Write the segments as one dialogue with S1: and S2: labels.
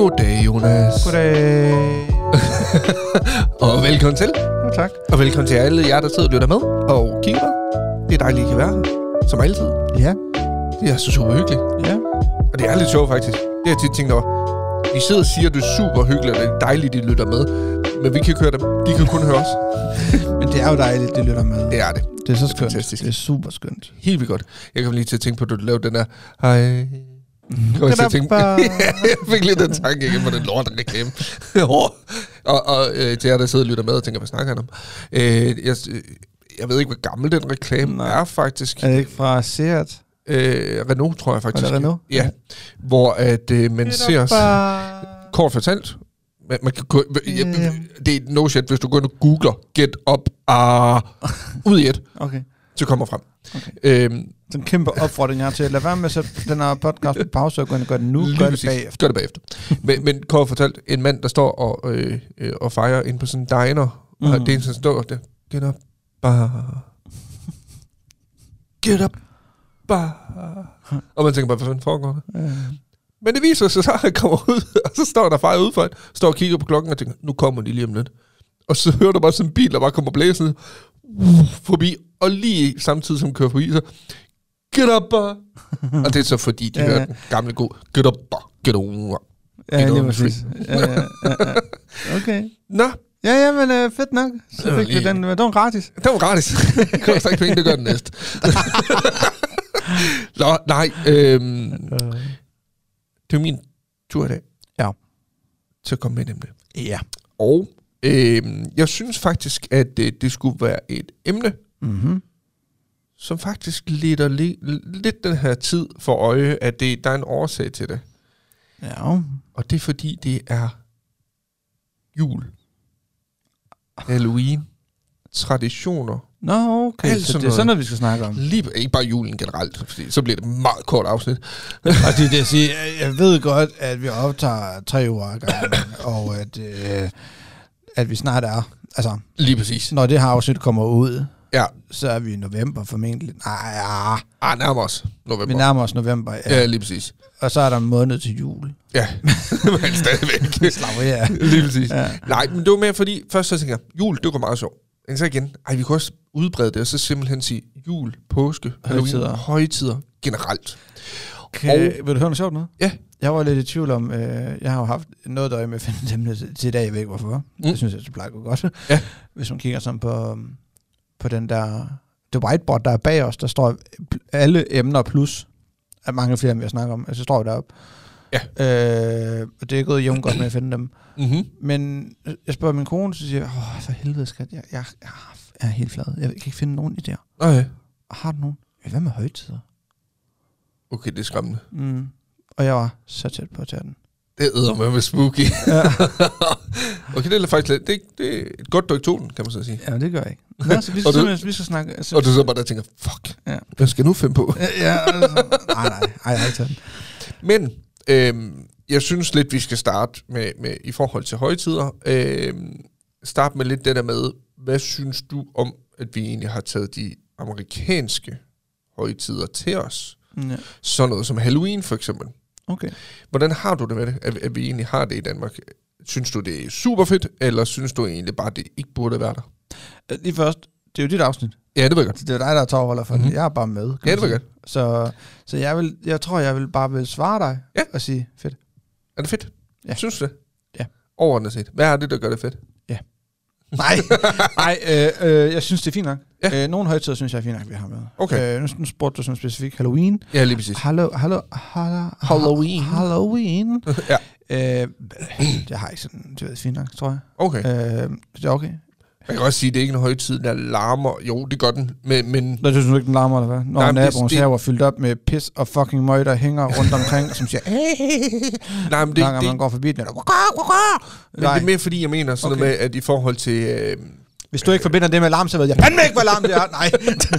S1: Goddag, Jonas.
S2: Goddag.
S1: Og velkommen til.
S2: Ja, tak.
S1: Og velkommen til alle jer, der sidder og lytter med og kigger med. Det er dejligt, at I kan være her. Som altid.
S2: Ja.
S1: Det er så super hyggeligt.
S2: Ja.
S1: Og det er lidt sjovt, faktisk. Det har jeg tit tænkt over. De sidder og siger, at det er super hyggeligt, og det er dejligt, at de lytter med. Men vi kan ikke høre dem. De kan kun høre os.
S2: Men det er jo dejligt, det lytter med.
S1: Det er det.
S2: Det er så skønt.
S1: Fantastisk.
S2: Det er super skønt.
S1: Helt vildt godt. Jeg kom lige til at tænke på, at du lavede den der... Hej... Jeg fik lidt den tanke igen på den lorte reklame. og til jer, der sidder og lytter med og tænker, hvad snakker han om? Jeg ved ikke, hvor gammel den reklame er, faktisk.
S2: Er det ikke fra Seat?
S1: Renault, tror jeg faktisk.
S2: Er det Renault?
S1: Ja. Hvor at man ser os... Kort fortalt. Man kan gå, det er no shit, hvis du går ind og googler Get Up ud i et,
S2: okay.
S1: Så kommer frem.
S2: Okay. Den kæmpe opfordring jeg har til at lade være med at sætte den her podcast på pause og gå ind og gøre det nu. Gør det bagefter.
S1: Gør det bagefter. men kort fortalt, en mand, der står og fejrer ind på sådan en diner, og det er en, som står der. Get up, get up, og man tænker bare, hvad fanden foregår det? Men det viser sig så, at han kommer ud, og så står der far udenfor, står og kigger på klokken og tænker, nu kommer de lige om lidt. Og så hører du bare sådan en bil, der bare kommer blæsende forbi, og lige samtidig som kører forbi, så get up, og det er så fordi, de hører den gamle gode, get up, get on.
S2: Ja, det var præcis. Ja. Okay.
S1: Nå.
S2: Ja, men fedt nok. Så fik vi den. Det var gratis.
S1: Det var gratis. Det koster ikke penge, det gør den næste. Nå, nej. Det er min tur i dag.
S2: Ja.
S1: Til at komme med nemlig.
S2: Ja.
S1: Og jeg synes faktisk, at det skulle være et emne, som faktisk leder lidt den her tid for øje, at der er en årsag til det.
S2: Ja.
S1: Og det er fordi, det er jul, Halloween, traditioner.
S2: Nå, okay. Så det er sådan noget, vi skal snakke om.
S1: Ikke bare julen generelt, fordi så bliver det et meget kort afsnit.
S2: Og det at sige, jeg ved godt, at vi optager 3 uger gang, og at vi snart er, altså...
S1: Lige præcis.
S2: Når det her afsnit kommer ud,
S1: ja. Så
S2: er vi i november formentlig.
S1: Nærmer os november.
S2: Vi nærmer os november,
S1: ja. Lige præcis.
S2: Og så er der en måned til jul.
S1: Ja, men stadigvæk.
S2: Slapper, ja.
S1: Lige præcis. Ja. Nej, men det var mere fordi, først så tænker jeg, jul, det går meget sjovt. Men så igen, vi kan også udbrede det, og så simpelthen sige jul, påske, Halloween, højtider generelt.
S2: Okay. Vil du høre noget sjovt noget?
S1: Ja.
S2: Jeg var lidt i tvivl om, jeg har jo haft noget døje med at finde dem til i dag, jeg ved ikke hvorfor. Det synes jeg, det plejer at gå godt. Ja. Hvis man kigger sådan på den der, det whiteboard, der er bag os, der står alle emner plus, at mange flere, end vi har snakket om, altså står deroppe.
S1: Ja.
S2: Og det er gået jævnt godt med at finde dem. Men jeg spørger min kone, så siger jeg, for helvede skat, jeg er helt flad. Jeg kan ikke finde nogen idéer.
S1: Okay.
S2: Har du nogen? Hvad med højtider?
S1: Okay, det er skræmmende.
S2: Og jeg var så tæt på at tage den.
S1: Det æder med spooky. Ja. Okay, det er faktisk lidt, det er et godt, du ikke tog den, kan man så sige.
S2: Ja, det gør jeg ikke. Nå, så vi skal snakke. Altså,
S1: og du så bare der tænker, fuck, hvad skal jeg nu finde på?
S2: Ja, altså, nej, jeg har ikke taget den.
S1: Men jeg synes lidt, vi skal starte med i forhold til højtider. Start med lidt det der med, hvad synes du om, at vi egentlig har taget de amerikanske højtider til os? Ja. Sådan noget som Halloween for eksempel.
S2: Okay.
S1: Hvordan har du det med det, at vi egentlig har det i Danmark? Synes du, det er super fedt, eller synes du egentlig bare, det ikke burde være der?
S2: Lige først, det er jo dit afsnit.
S1: Ja, det var godt.
S2: Det er dig, der er tovholder for det. Jeg er bare med.
S1: Ja, det var godt.
S2: Så jeg tror, jeg vil bare svare dig og sige, fedt.
S1: Er det fedt?
S2: Ja.
S1: Synes du det?
S2: Ja.
S1: Overordnet set. Hvad er det, der gør det fedt?
S2: Ja. Nej, jeg synes, det er fint nok. Ja. Nogle højtider synes jeg er fint nok, vi har med.
S1: Okay.
S2: Nu spurgte du sådan specifikt Halloween.
S1: Ja, lige præcis.
S2: Halloween.
S1: Ja.
S2: Jeg har ikke sådan, det er fint nok, tror jeg.
S1: Okay.
S2: Det er okay.
S1: Jeg kan også sige, at det er ikke en højtid, der larmer. Jo, det gør den, men...
S2: Nå, synes du ikke, den larmer, eller hvad? Når naboens have var fyldt op med pis og fucking møg, der hænger rundt omkring, og som siger...
S1: Nej, men det...
S2: man går forbi den,
S1: men det er mere fordi, jeg mener sådan noget med, at i forhold til...
S2: Hvis du ikke forbinder det med alarm, så ved jeg fandme ikke, hvad alarm det er. Nej.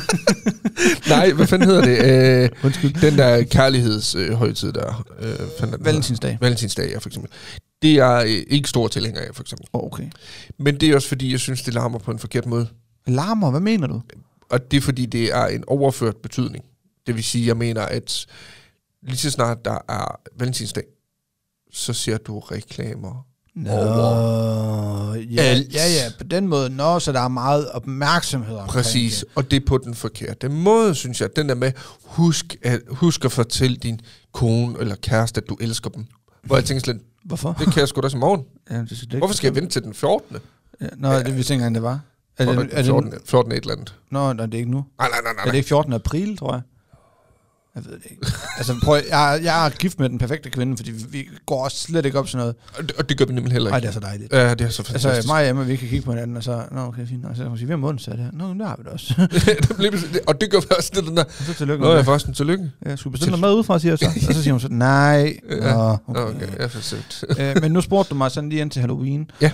S1: Nej, hvad fanden hedder det? Undskyld. Den der kærlighedshøjtid der.
S2: Valentinsdag.
S1: Valentinsdag, ja, for eksempel. Det er ikke stor tilhænger af, for eksempel.
S2: Okay.
S1: Men det er også fordi, jeg synes, det larmer på en forkert måde.
S2: Larmer? Hvad mener du?
S1: Og det er fordi, det er en overført betydning. Det vil sige, jeg mener, at lige så snart der er valentinsdag, så ser du reklamer.
S2: Ja, på den måde, så der er meget opmærksomhed omkring.
S1: Præcis, og det er på den forkerte måde, synes jeg. Den der med, husk at fortælle din kone eller kæreste, at du elsker dem. Hvor jeg tænker lidt,
S2: hvorfor?
S1: Det kan jeg sgu da i morgen.
S2: Ja, det
S1: hvorfor skal jeg vente til den 14.
S2: Ja, det vidste ikke engang, det var.
S1: Er 14 et eller andet.
S2: Nå, det er ikke nu.
S1: Nej.
S2: Er det ikke 14. april, tror jeg? Jeg ved det ikke. Altså, prøv, jeg er gift med den perfekte kvinde, fordi vi går slet ikke op sådan noget.
S1: Og det gør vi nemlig heller ikke.
S2: Nej, det er så dejligt.
S1: Ja, det er så fantastisk.
S2: Altså, mig og Emma, vi kan kigge på hinanden, og så, okay, fint. Og så kan man sige, vi har måned, så er det her. Nå, der har vi det også.
S1: Og det gør vi også det, den der.
S2: Så tillykke.
S1: Nå, jeg forresten, tillykke.
S2: Jeg skulle bestille noget mad udefra, siger jeg så. Og så siger hun så, nej.
S1: Ja. Okay, jeg er for sødt.
S2: Men nu spurgte du mig sådan lige ind til Halloween.
S1: Ja.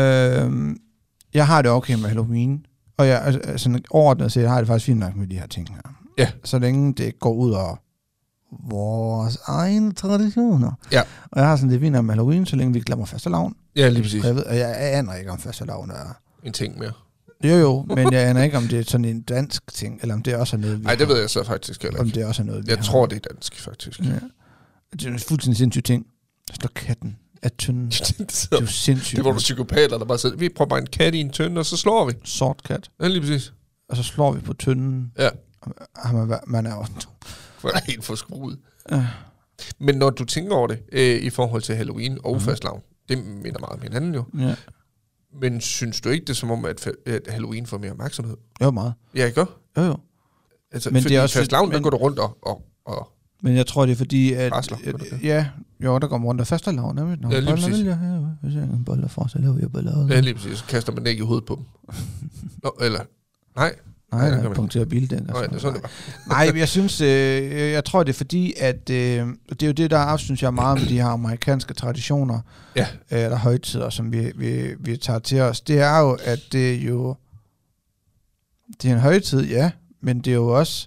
S2: Jeg har det okay med Halloween. Og jeg, sådan overordnet set har det faktisk fint nok med de her ting her.
S1: Ja.
S2: Så længe det går ud over vores egne traditioner.
S1: Ja.
S2: Og jeg har sådan det fint nok med Halloween, så længe vi glemmer fastelavn.
S1: Ja, lige præcis.
S2: Og jeg aner ikke, om fastelavn er
S1: en ting mere.
S2: Jo, men jeg aner ikke, om det er sådan en dansk ting, eller om det også er noget,
S1: Nej, det ved jeg så faktisk heller ikke.
S2: Om det også er noget,
S1: jeg tror, det er dansk, faktisk.
S2: Ja. Det er en fuldstændig sindssyg ting. Der står katten af tynden. Det er jo sindssygt.
S1: Det var du psykopater, der bare siger, vi prøver bare en kat i en tynde, og så slår vi.
S2: Sort kat.
S1: Ja, lige præcis.
S2: Og så slår vi på tynden.
S1: Ja.
S2: Man er jo
S1: helt forskruet. Men når du tænker over det, i forhold til Halloween og fastelavn, det minder meget om hinanden jo.
S2: Ja.
S1: Men synes du ikke det som om, at Halloween får mere opmærksomhed?
S2: Jo, meget.
S1: Ja, ikke?
S2: Jo.
S1: Altså, men det er også fastelavn, der går du rundt og
S2: men jeg tror, det er fordi, at...
S1: Barsler,
S2: der går man rundt og fastelavn.
S1: Ja, lige præcis.
S2: Hvis jeg en bolle fra, så laver jeg boller.
S1: Ja, lige præcis. Så kaster man ikke i hovedet på dem. Nå, eller... Nej,
S2: jeg punkterer bildæk.
S1: Nej, det er sådan, det var.
S2: Nej, jeg synes, jeg tror, det er fordi, at det er jo det, der er, synes jeg, meget med de her amerikanske traditioner, der højtider, som vi tager til os. Det er jo, at det er en højtid, ja, men det er jo også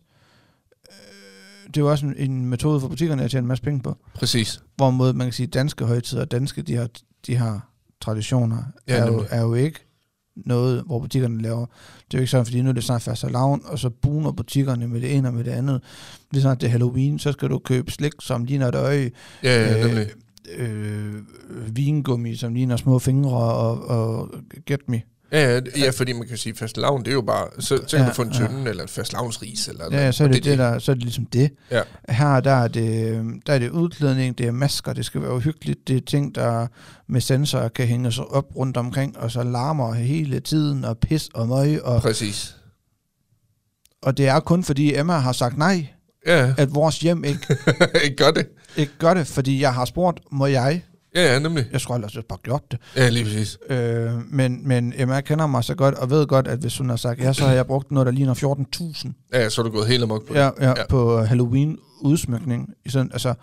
S2: en metode for butikkerne at tjene en masse penge på.
S1: Præcis.
S2: Hvorimod man kan sige, danske højtider, de her traditioner, er jo ikke noget, hvor butikkerne laver. Det er jo ikke sådan, fordi nu er det snart fastelavn, og så buner butikkerne med det ene og med det andet. Lige snart det er Halloween, så skal du købe slik, som ligner et øje.
S1: Ja,
S2: vingummi, som ligner små fingre, og get me.
S1: Ja, fordi man kan sige, fastelavn, det er jo bare, så kan du få en tynde, eller en fastelavnsris, eller
S2: ja, så er så er det ligesom det.
S1: Ja.
S2: Her, der er det udklædning, det er masker, det skal være uhyggeligt, det er ting, der med sensorer kan hænge sig op rundt omkring, og så larmer hele tiden, og pis og møg. Og
S1: præcis.
S2: Og det er kun fordi Emma har sagt nej, at vores hjem ikke ikke gør det, fordi jeg har spurgt, må jeg?
S1: Ja, nemlig.
S2: Jeg skulle aldrig bare gjort det.
S1: Ja, lige præcis.
S2: Men Emma kender mig så godt, og ved godt, at hvis hun har sagt, ja, så har jeg brugt noget, der ligner 14.000.
S1: Ja, så er du gået helt amok på det.
S2: Ja, på Halloween-udsmykning. Sådan, altså,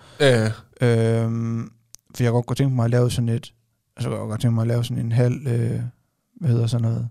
S2: for jeg godt tænke mig at lave sådan et, en halv, hvad hedder sådan noget,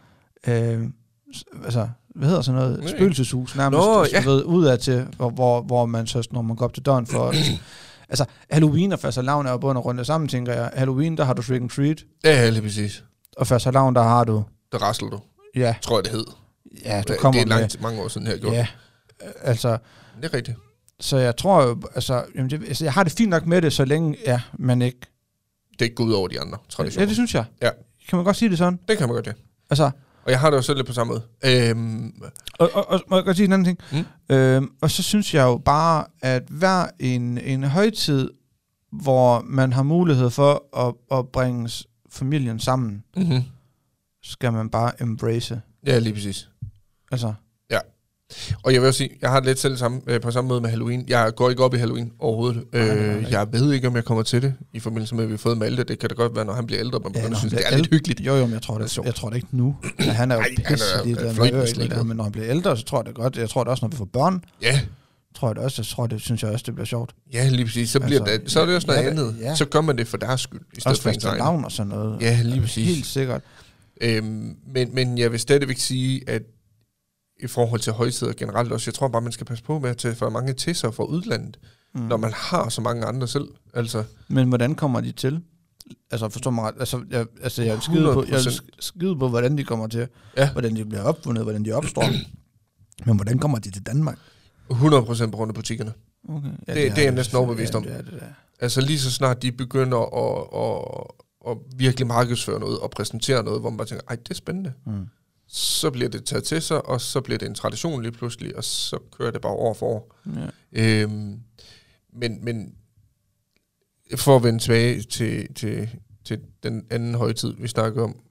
S2: hvad hedder sådan noget, spøgelseshus nærmest, udad til, hvor man så, når man går op til døren for... Altså, Halloween og fastelavn er jo både rundt sammen, tænker jeg. Halloween, der har du trick and treat.
S1: Ja, lige præcis.
S2: Og fastelavn, der har du...
S1: Der rasler du.
S2: Ja.
S1: Tror jeg, det hed.
S2: Ja, du kommer
S1: med... Det er mange år siden her gjort.
S2: Ja, altså...
S1: Det er rigtigt.
S2: Så jeg tror jo, jeg har det fint nok med det, så længe, man ikke...
S1: Det ikke går ud over de andre traditioner.
S2: Ja, det synes jeg.
S1: Ja.
S2: Kan man godt sige det sådan?
S1: Det kan man godt, ja.
S2: Altså...
S1: Og jeg har det jo selv lidt på samme måde.
S2: Og må jeg godt sige en anden ting? Og så synes jeg jo bare, at hver en højtid, hvor man har mulighed for at bringe familien sammen, skal man bare embrace.
S1: Ja, lige præcis.
S2: Altså.
S1: Ja. Og jeg vil også sige, jeg har det lidt selv på samme måde med Halloween. Jeg går ikke op i Halloween overhovedet. Jeg ved ikke, om jeg kommer til det, i forbindelse med, at vi har fået Malte. Det kan da godt være, når han bliver ældre, men jeg synes, det er lidt hyggeligt.
S2: Jo, men jeg tror det ikke nu. Ja, han er jo pisselig, men når han bliver ældre, så tror jeg det godt. Jeg tror det også, når vi får børn.
S1: Ja.
S2: Synes jeg også, det bliver sjovt.
S1: Ja, lige præcis. Så er det også noget andet. Ja. Så gør man det for deres skyld, i stedet
S2: også for ens egen. Og sådan noget.
S1: Ja, lige præcis.
S2: Helt sikkert.
S1: Men jeg vil stadigvæk sige, at i forhold til højtider generelt også, jeg tror bare, man skal passe på med at tage for mange til sig fra udlandet, når man har så mange andre selv. Altså.
S2: Men hvordan kommer de til? Altså, forstår mig ret? Jeg vil skide på, hvordan de kommer til. Ja. Hvordan de bliver opfundet, hvordan de opstår. Men hvordan kommer de til Danmark?
S1: 100% på grund af butikkerne.
S2: Okay.
S1: Ja, det er jeg næsten overbevist om. Altså lige så snart de begynder at virkelig markedsføre noget og præsentere noget, hvor man bare tænker, ej, det er spændende. Så bliver det taget til sig, og så bliver det en tradition lige pludselig, og så kører det bare år for år. Ja. Men for at vende tilbage til den anden højtid, vi snakker om,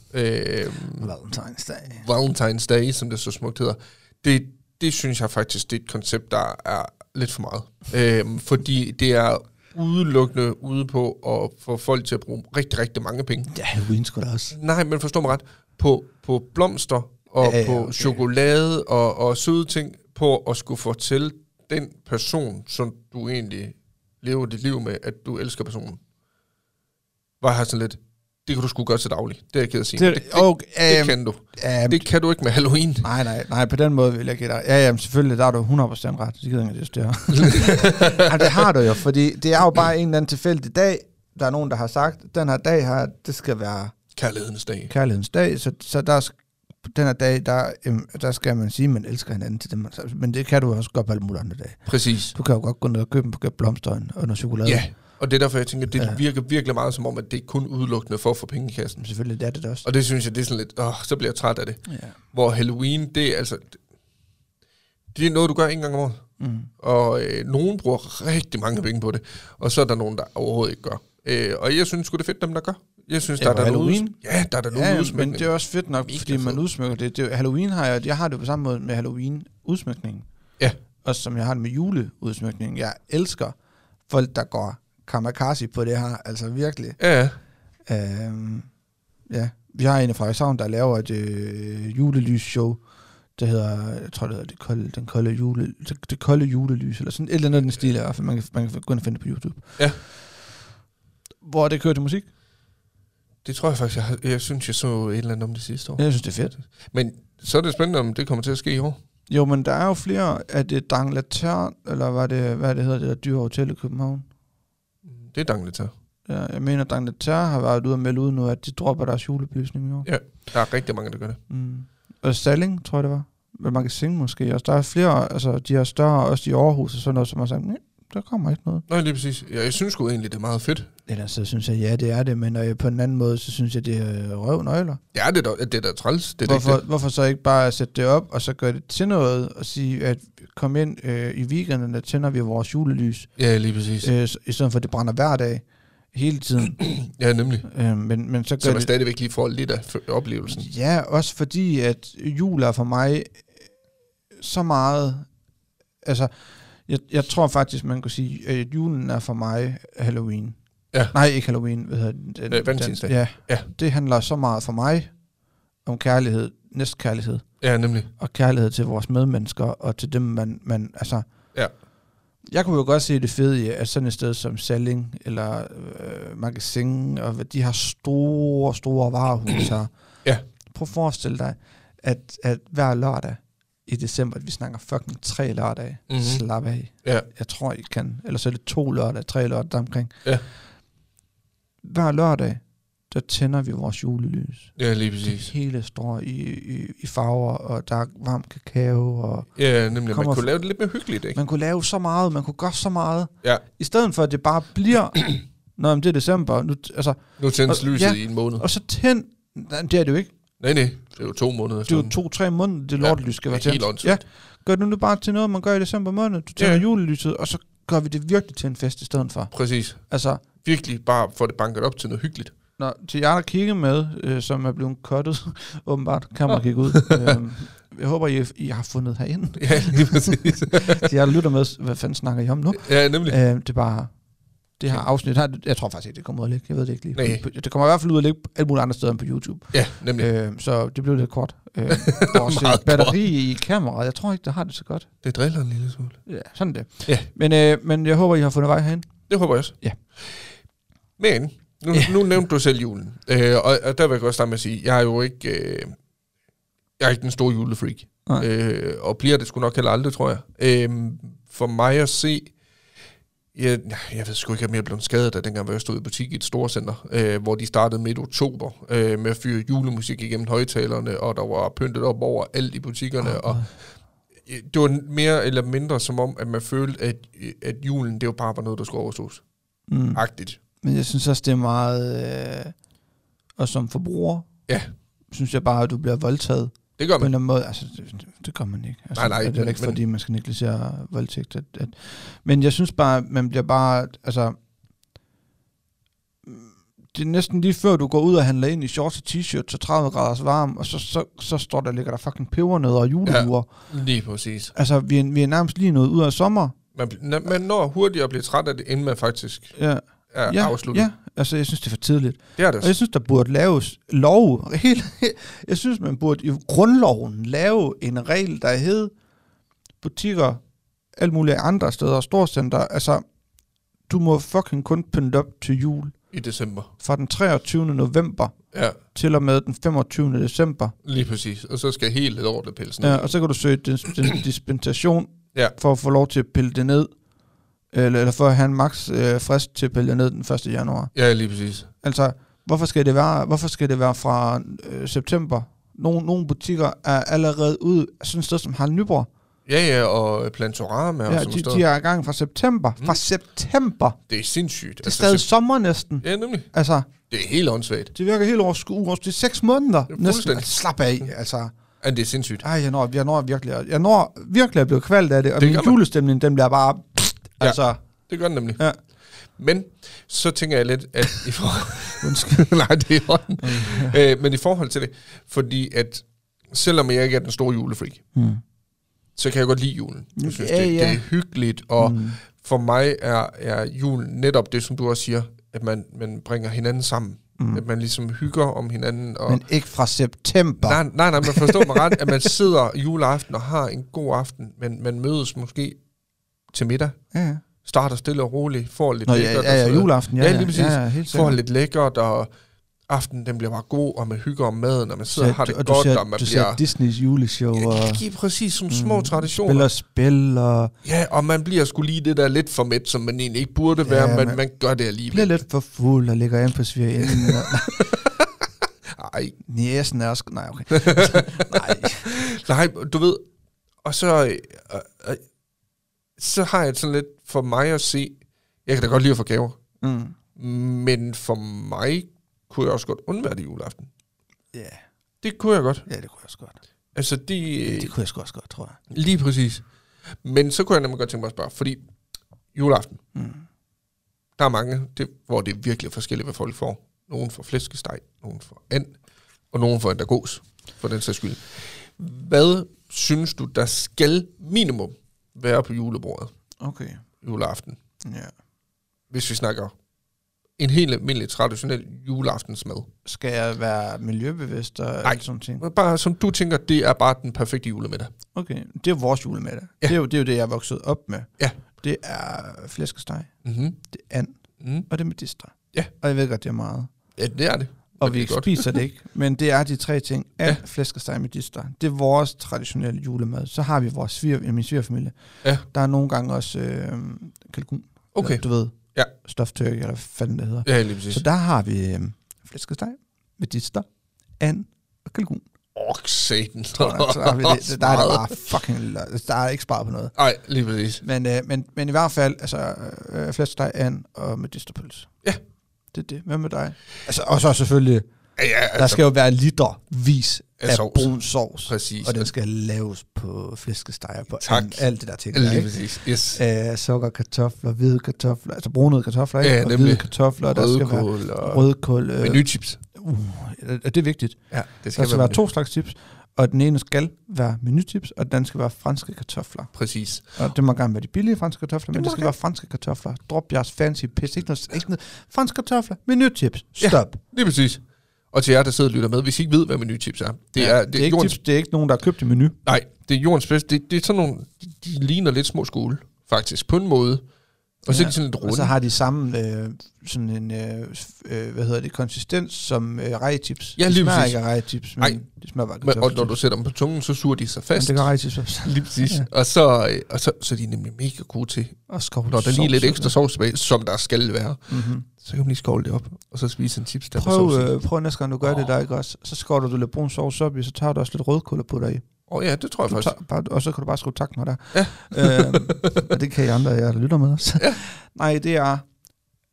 S1: Valentine's Day, som det så smukt hedder, det synes jeg faktisk, det er et koncept, der er lidt for meget. Fordi det er udelukkende ude på at få folk til at bruge rigtig, rigtig mange penge.
S2: Ja, Halloween skulle da også.
S1: Nej, men forstå mig ret. På blomster og på chokolade og søde ting, på at skulle fortælle den person, som du egentlig lever dit liv med, at du elsker personen. Var her sådan lidt, det kan du sgu gøre til daglig. Det er jeg ked at sige. Det kan du. Det kan du ikke med Halloween.
S2: Nej, på den måde vil jeg give dig. Ja, selvfølgelig, der er du 100% ret. Det gider jeg ikke, det det har du jo, fordi det er jo bare en eller anden tilfældig dag. Der er nogen, der har sagt, den her dag her, det skal være Kærlighedens dag. Så der den her dag, der skal man sige, at man elsker hinanden til dem. Men det kan du også gøre på alle mulige andre dage.
S1: Præcis.
S2: Du kan jo godt gå ned og købe blomster og noget chokolade.
S1: Ja, og det er derfor, jeg tænker, at det virker virkelig meget som om, at det er kun udelukkende for at få penge i kassen.
S2: Selvfølgelig, det er det også.
S1: Og det synes jeg, det er sådan lidt, så bliver jeg træt af det. Ja. Hvor Halloween, det er altså, det er noget, du gør en gang om året. Og nogen bruger rigtig mange penge på det, og så er der nogen, der overhovedet ikke gør. Og jeg synes sgu, det er fedt, dem der gør. Jeg synes, der er
S2: Halloween.
S1: Der er nogen udsmykning.
S2: Men det er også fedt nok, fordi man udsmykker det. Halloween jeg har det på samme måde med Halloween-udsmykningen.
S1: Ja.
S2: Også som jeg har det med juleudsmykningen. Jeg elsker folk, der går kamikaze på det her. Altså virkelig.
S1: Ja.
S2: Ja. Vi har en fra Frederikshavn, der laver et julelysshow. Det hedder, jeg tror det hedder det kolde julelys, eller sådan et eller andet den stil, i hvert fald. Man kan gå ind og finde det på YouTube.
S1: Ja.
S2: Hvor det kører til musik.
S1: Det tror jeg faktisk, jeg synes, jeg så et eller andet om det sidste år.
S2: Jeg synes, det er fedt.
S1: Men så er det spændende, om det kommer til at ske i år.
S2: Jo, men der er jo flere af det Dangleterre, eller hvad det hedder, det der dyre hotel i København.
S1: Det er Dangleterre.
S2: Ja, jeg mener, Dangleterre har været ude og melde ud nu, at de dropper deres julebelysning i år.
S1: Ja, der er rigtig mange, der gør det.
S2: Og Salling, tror jeg det var. Men man kan synge måske også. Der er flere, altså de er større, også i Aarhus og sådan noget, som har sagt, nej, der kommer ikke noget.
S1: Nej, lige præcis. Ja, jeg synes sgu egentlig, det er meget fedt.
S2: Ellers så synes jeg, ja, det er det, men på en anden måde, så synes jeg, det er røvnøgler.
S1: Ja, det er da træls.
S2: Hvorfor så ikke bare sætte det op, og så gøre det til noget, og sige, at kom ind i weekenden, der tænder vi vores julelys.
S1: Ja, lige præcis.
S2: I stedet for, at det brænder hver dag, hele tiden.
S1: Ja, nemlig.
S2: Men så
S1: man stadigvæk lige får lidt af oplevelsen.
S2: Ja, også fordi, at jul er for mig så meget, altså, jeg tror faktisk, man kan sige, at julen er for mig Halloween.
S1: Ja.
S2: Nej, ikke Halloween. Hvad hedder det?
S1: Valentinsdag.
S2: Ja, det handler så meget for mig om kærlighed, næstkærlighed.
S1: Ja, nemlig.
S2: Og kærlighed til vores medmennesker, og til dem, man altså...
S1: Ja.
S2: Jeg kunne jo godt se det fede i, at sådan et sted som Salling, eller Magasin, og de har store varehus her.
S1: Ja.
S2: Prøv at forestille dig, at hver lørdag i december, at vi snakker fucking 3 lørdage. Slap af.
S1: Ja.
S2: Jeg tror, I kan. Eller så er det 2 lørdage, 3 lørdage der omkring.
S1: Ja.
S2: Hver lørdag, der tænder vi vores julelys.
S1: Ja, lige præcis.
S2: Det hele står i farver, og der er varm kakao. Og
S1: ja, nemlig. Man kunne lave det lidt mere hyggeligt, ikke?
S2: Man kunne lave så meget, man kunne gøre så meget.
S1: Ja.
S2: I stedet for, at det bare bliver, når det er december.
S1: Nu tændes lyset i en måned.
S2: Og så det er det jo ikke.
S1: Nej, det er jo 2 måneder.
S2: Det er jo 2-3 måneder, det lortelys skal være tændt. Ja, gør det nu bare til noget, man gør i december måned. Du tænder julelyset, og så gør vi det virkelig til en fest i stedet for.
S1: Præcis.
S2: Altså,
S1: virkelig bare få det banket op til noget hyggeligt.
S2: Til jer, der kigger med, som er blevet cuttet, åbenbart, kan man kigge ud. Jeg håber, I har fundet herind.
S1: Ja, lige præcis.
S2: De jer, der lytter med, hvad fanden snakker I om nu?
S1: Ja, nemlig.
S2: Det er bare... Det her afsnit her, jeg tror faktisk ikke, det kommer ud at ligge. Jeg ved det ikke lige. Nej. Det kommer i hvert fald ud at ligge alle mulige andre steder end på YouTube.
S1: Ja, nemlig.
S2: Så det blev lidt kort. Vores batteri i kameraet, jeg tror ikke, det har det så godt.
S1: Det driller en lille smule.
S2: Ja, sådan det.
S1: Ja.
S2: Men jeg håber, I har fundet vej herhen.
S1: Det håber jeg også.
S2: Ja.
S1: Men, nu nævnte du selv julen. Og der vil jeg godt starte med at sige, jeg er jo ikke... jeg er ikke den store julefreak. Og bliver det sgu nok heller aldrig, tror jeg. For mig at se... Jeg ved sgu ikke, om jeg blev skadet af dengang, hvor jeg stod i butik i et storcenter, hvor de startede midt oktober med at fyre julemusik igennem højtalerne, og der var pyntet op over alt i butikkerne. Og det var mere eller mindre som om, at man følte, at julen, det jo bare var noget, der skulle overstås. agtigt.
S2: Men jeg synes også, det er meget... og som forbruger, synes jeg bare, at du bliver voldtaget.
S1: Det gør man.
S2: På en eller anden måde. Altså, det gør man ikke. Altså,
S1: nej.
S2: Det er ikke, fordi man skal negligere voldtægt. Men jeg synes bare, man bliver bare... Altså, det er næsten lige før, du går ud og handler ind i shorts og t-shirts og 30 graders varme, og så ligger der fucking pebernødder og juleure.
S1: Ja, lige præcis.
S2: Altså, vi er nærmest lige nået ud af sommer.
S1: Man når hurtigt at blive træt af det, inden man faktisk er afsluttet.
S2: Ja, altså jeg synes, det er for tidligt.
S1: Det er det.
S2: Og jeg synes, der burde laves jeg synes, man burde i grundloven lave en regel, der hed butikker, alle mulige andre steder, storcenter. Altså, du må fucking kun pynte op til jul.
S1: I december.
S2: Fra den 23. november til og med den 25. december.
S1: Lige præcis. Og så skal helt lidt over det pilsen.
S2: Ja, og så kan du søge dispensation for at få lov til at pille det ned. Eller for at have en max frist til at pille det ned den 1. januar.
S1: Ja, lige præcis.
S2: Altså, hvorfor skal det være fra september? Nogle butikker er allerede ude, sådan et sted som Harald Nyborg.
S1: Ja, og Plantorama og sådan noget.
S2: De er i gang fra september. Fra september.
S1: Det er sindssygt.
S2: Det er stadig sommer næsten.
S1: Ja, nemlig.
S2: Altså,
S1: det er helt åndssvagt.
S2: Det virker helt overskueligt. Det er 6 måneder.
S1: Næsten.
S2: Slap af, altså.
S1: Ja, det er sindssygt.
S2: Ej, jeg når virkelig at blive kvalt af det. Og min julestemning, den bliver bare...
S1: altså. Det gør den nemlig. Ja. Men så tænker jeg lidt, at i forhold... Nej, det er hånden. Men i forhold til det, fordi at selvom jeg ikke er den store julefreak, så kan jeg godt lide julen. Jeg synes, det er hyggeligt, og for mig er julen netop det, som du også siger, at man bringer hinanden sammen. At man ligesom hygger om hinanden. Og
S2: men ikke fra september.
S1: Nej, man forstår mig ret, at man sidder juleaften og har en god aften, men man mødes måske til middag.
S2: Ja.
S1: Starter stille og roligt, får lidt lækkert.
S2: Ja, juleaften.
S1: Ja, lige præcis. Får lidt lækkert, og aftenen den bliver bare god, og man hygger om maden, og man sidder og har det godt, og man
S2: du
S1: bliver...
S2: ser Disneys juleshow.
S1: Ja, det giver præcis sådan små traditioner.
S2: Spiller spil, og...
S1: Ja, og man bliver sgu lige det der lidt for mæt, som man egentlig ikke burde være, men man gør det alligevel.
S2: Bliver lidt for fuld, og ligger ind på svigerinde.
S1: Ej.
S2: Næsen er også... Nej, okay.
S1: Nej, du ved... Og så har jeg sådan lidt for mig at se... Jeg kan da godt lide at få gaver. Men for mig kunne jeg også godt undvære det juleaften.
S2: Ja. Yeah.
S1: Det kunne jeg godt.
S2: Ja, det kunne jeg også godt.
S1: Altså
S2: det kunne jeg også godt, tror jeg.
S1: Lige præcis. Men så kunne jeg nemlig godt tænke mig at spørge, fordi juleaften, der er mange, hvor det er virkelig forskelligt, hvad folk får. Nogen får flæskesteg, nogen får and, og nogen får andagås, for den sags skyld. Hvad synes du, der skal minimum være på julebordet?
S2: Okay.
S1: Juleaften.
S2: Ja.
S1: Hvis vi snakker en helt almindelig traditionel juleaftensmad.
S2: Skal jeg være miljøbevidst og
S1: nej,
S2: sådan ting?
S1: Bare som du tænker, det er bare den perfekte julemiddag. Okay,
S2: det er vores julemiddag. Ja. Det er jo det, jeg er vokset op med.
S1: Ja.
S2: Det er flæskesteg, det er and, og det er medister.
S1: Ja.
S2: Og jeg ved godt, det er meget.
S1: Ja, det er det.
S2: Og vi spiser det ikke. Men det er de 3 ting. And, flæskesteg, medister. Det er vores traditionelle julemad. Så har vi min svigerfamilie. Ja. Der er nogle gange også kalkun.
S1: Okay.
S2: Eller, du ved. Ja. Stoftørke, eller hvad fanden det hedder.
S1: Ja, lige præcis.
S2: Så der har vi flæskesteg, medister, and og kalkun.
S1: Satan.
S2: Så har vi det. Der er det bare fucking... Der er ikke sparet på noget.
S1: Nej, lige præcis.
S2: Men i hvert fald, altså, flæskesteg, and og medisterpølse.
S1: Ja.
S2: Det er det. Hvad med dig? Altså, og så selvfølgelig...
S1: Ja, altså,
S2: der skal jo være litervis af brun sovs.
S1: Præcis.
S2: Og den skal laves på flæskesteger, på alt det der ting.
S1: Lige præcis, yes.
S2: Sukker, kartofler, hvide kartofler, altså brunede kartofler, ikke?
S1: Ja,
S2: og hvide kartofler, der skal være rødkål.
S1: Menuchips.
S2: Det er vigtigt.
S1: Ja,
S2: det skal være 2 slags chips, og den ene skal være menuchips, og den skal være franske kartofler.
S1: Præcis.
S2: Og det må gerne være de billige franske kartofler, men det skal være franske kartofler. Drop jeres fancy pis. Ikke noget. Franske kartofler, menuchips. Stop. Ja,
S1: lige præcis. Og til jer, der sidder og lytter med, hvis I ikke ved, hvad menuchips er.
S2: Det er ikke nogen, der har købt en menu.
S1: Nej, det er jordens bedste. Det er sådan nogle, de ligner lidt små skole, faktisk, på en måde. Og så er de sådan lidt runde.
S2: Og så har de samme sådan en, konsistens som rejechips.
S1: Ja,
S2: de smager ikke af rejechips, men de smager bare kartofler.
S1: Og når du sætter dem på tungen, så suger de sig fast.
S2: Men det gør rejechips også.
S1: Lige præcis. Ja. Og så er de nemlig mega gode til. Og når der er lige lidt ekstra sovs tilbage, som der skal være, så kan man lige skovle det op, og så spise en chips der på sovs.
S2: Prøv næste gang du gør det der, ikke også? Så skovler du lidt brun sovs op i, så tager du også lidt rødkål på dig i.
S1: Ja, det tror jeg faktisk.
S2: Og så kan du bare skrive tak mig der.
S1: Ja.
S2: Og det kan I andre, jeg lytter med os. Ja. Nej, det er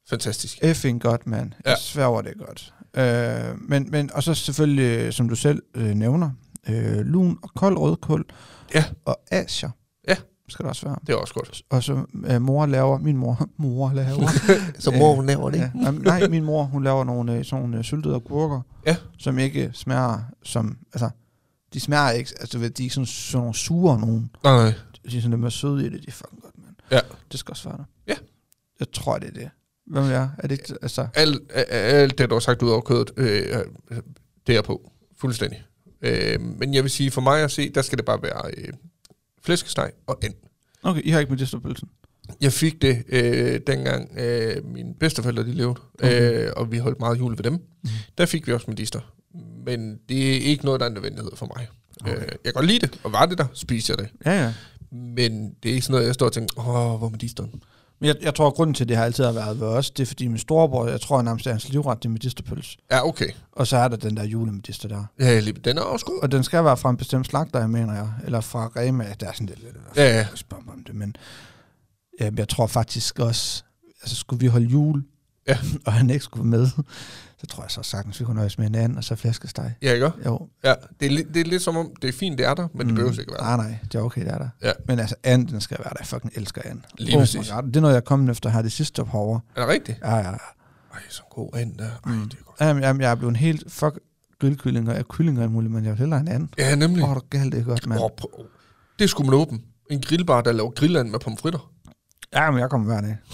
S1: Fantastisk.
S2: Effing godt, mand. Jeg sværger det godt. Men og så selvfølgelig, som du selv nævner, lun og kold rødkål.
S1: Ja.
S2: Og asier.
S1: Ja.
S2: Skal det også være.
S1: Det er også godt.
S2: Og så min mor laver.
S1: Så mor, hun laver det?
S2: Ja. Nej, min mor, hun laver sådan nogle syltede agurker, som ikke smager som, altså, de smager ikke, altså de er ikke sådan nogle sure nogen.
S1: Nej.
S2: De er sådan lidt mere søde i det, de er fucking godt, mand.
S1: Ja.
S2: Det skal også være der.
S1: Ja.
S2: Jeg tror, det er det. Hvem er det ikke, altså?
S1: Alt det, du har sagt ud over kødet, det er på. Fuldstændig. Men jeg vil sige, for mig at se, der skal det bare være flæskesteg og and.
S2: Okay, I har ikke medisterpølsen?
S1: Jeg fik det dengang mine bedsteforældre de levede, og vi holdt meget jul ved dem. Der fik vi også medister. Men det er ikke noget, der er en nødvendighed for mig. Okay. Jeg kan godt lide det, og var det der, spiser jeg det.
S2: Ja.
S1: Men det er ikke sådan noget, jeg står og tænker, hvor er medisteren?
S2: Men jeg tror, at grunden til, det har altid været ved os, det er fordi min storebror, jeg tror nærmest, det er hans livret, det er medisterpølse.
S1: Ja, okay.
S2: Og så er der den der julemedister der.
S1: Ja, den er også god.
S2: Og den skal være fra en bestemt slagter, jeg mener jeg. Eller fra Rema, der er sådan lidt.
S1: Ja.
S2: Spørg mig om det, men jeg tror faktisk også, altså skulle vi holde jul, og han ikke skulle med, så tror jeg så sagtens, vi kunne nøjes med en anden, og så flæskesteg.
S1: Ja, ikke?
S2: Jo.
S1: Ja, det er lidt som om, det er fint, det er der, men det behøver ikke være der.
S2: Nej, det er okay, det er der.
S1: Ja.
S2: Men altså, anden, den skal være der. Jeg fucking elsker anden.
S1: Lige præcis.
S2: Det er noget, jeg er kommet efter her det sidste op herovre.
S1: Er det rigtigt?
S2: Ja.
S1: Ej, så god and der. Ej, det er godt.
S2: Jamen, jeg er blevet helt grillkyllinger og kyllinger og muligt, men jeg vil hellere en anden.
S1: Ja, nemlig.
S2: Du galt det godt, mand.
S1: Det skulle man åbne. En grillbar, der laver grilland med pomfritter.
S2: Ja, men jeg kommer hver dag.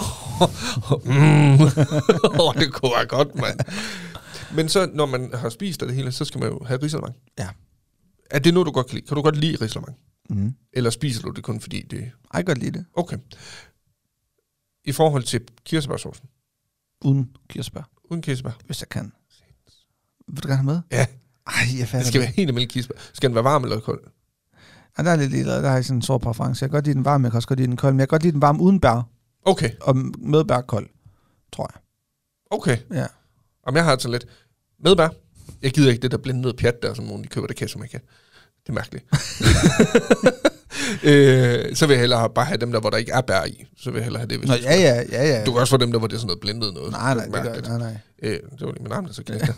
S1: Det kunne være godt, mand. Men så, når man har spist det hele, så skal man jo have risalemang.
S2: Ja.
S1: Er det noget, du godt kan lide? Kan du godt lide risalemang?
S2: Mm.
S1: Eller spiser du det kun fordi det...
S2: Jeg kan godt lide det.
S1: Okay. I forhold til kirsebærsaucen?
S2: Uden kirsebær.
S1: Uden kirsebær?
S2: Hvis jeg kan. Vil du gerne have med?
S1: Ja.
S2: Ej, jeg fatter
S1: det. Skal være helt almindelig kirsebær. Skal den være varm eller kold?
S2: Ja, der er lidt lille, der har jeg sådan en stor præference. Jeg kan godt lide den varm, jeg kan også godt lide den kold, men jeg kan godt lide den varm uden bær.
S1: Okay.
S2: Og med bær kold, tror jeg.
S1: Okay.
S2: Ja.
S1: Om jeg har altså lidt med bær. Jeg gider ikke det der blindede pjat der, som nogen de køber, der kan, som jeg kan. Det er mærkeligt. Så vil jeg hellere bare have dem der, hvor der ikke er bær i. Så vil jeg hellere have det.
S2: Nå, ja.
S1: Du kan også få dem der, hvor det er sådan noget blindet noget.
S2: Nej, det
S1: var lige min arm, der så knækker.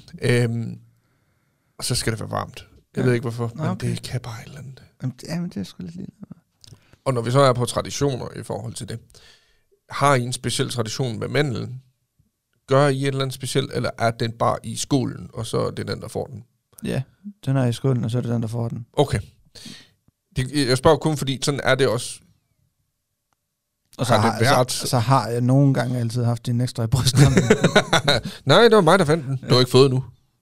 S1: Og så skal det være varmt. Jeg ved ikke hvorfor, men det kan bare et eller andet.
S2: Jamen, det er sgu lidt lille.
S1: Og når vi så er på traditioner i forhold til det, har I en speciel tradition med mandlen? Gør I et eller andet specielt, eller er den bare i skålen, og så er det den, der får den?
S2: Ja, den er i skålen, og så er det den, der får den.
S1: Okay. Jeg spørger kun, fordi sådan er det også.
S2: Og så har jeg nogle gange altid haft en ekstra i brysterne.
S1: Nej, det var mig, der fandt den. Du har ikke fået nu.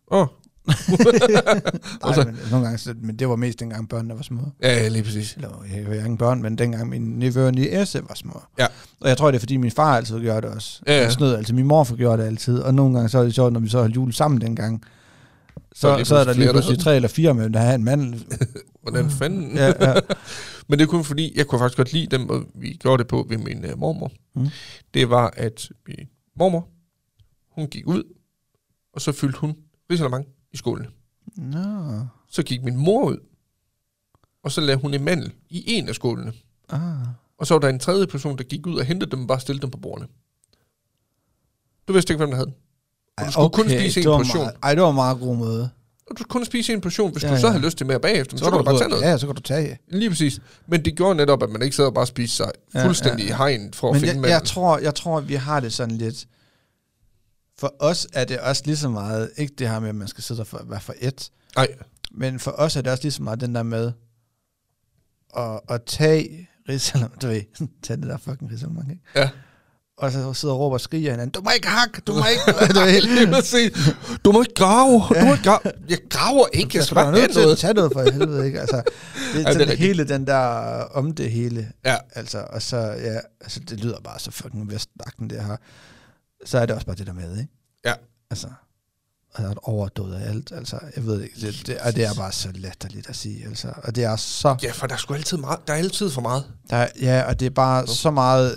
S2: Nej, men nogle gange, men det var mest dengang børnene var små.
S1: Ja, lige præcis.
S2: Eller, jeg har ingen børn, men dengang min nevø og niece var små.
S1: Ja.
S2: Og jeg tror, det er fordi min far altid gjorde det også.
S1: Ja.
S2: Snød altid. Min mor gjorde det altid. Og nogle gange så er det sjovt, når vi så holdt jul sammen dengang. Så er der lige pludselig 3 eller 4 med, der har en mandel.
S1: Hvordan fanden?
S2: Ja.
S1: Men det er kun fordi, jeg kunne faktisk godt lide dem, og vi gjorde det på ved min mormor. Det var, at min mormor, hun gik ud, og så fyldte hun risalemang i skålen.
S2: No.
S1: Så gik min mor ud, og så lavede hun en mandel i en af skålene. Og så var der en tredje person, der gik ud og hentede dem og bare stillede dem på bordene. Du vidste ikke, hvem der havde den. Og du skulle kun spise en portion.
S2: Det var en meget god måde.
S1: Og du skulle kun spise en portion, hvis du så havde lyst til mere bagefter. Så kan du bare tage noget.
S2: Ja, så kan du tage.
S1: Lige præcis. Men det gjorde netop, at man ikke sad og bare spiste sig fuldstændig i hegn for at finde mandel.
S2: Jeg tror, vi har det sådan lidt. For os er det også lige så meget, ikke det her med, at man skal sidde der for at være for et.
S1: Nej.
S2: Men for os er det også lige så meget den der med at tage risalemang, du ved, tage det der fucking risalemang, ikke?
S1: Ja.
S2: Og så sidder og råber og skriger hinanden, du må ikke hakke, du må ikke...
S1: Du må ikke grave, du må ikke grave. Jeg graver ikke, jeg skal bare have noget.
S2: Tage noget for helvede, ikke? Altså, det er hele den der om det hele.
S1: Ja.
S2: Altså, og så, ja, altså, det lyder bare så fucking vestagten, det her. Så er det også bare det der med, ikke?
S1: Ja.
S2: Altså, og der er et overdåd af alt, altså, jeg ved ikke, det er bare så latterligt at sige, altså, og det er så...
S1: Ja, for der er sgu altid meget, der er altid for meget.
S2: Ja, og det er bare så meget...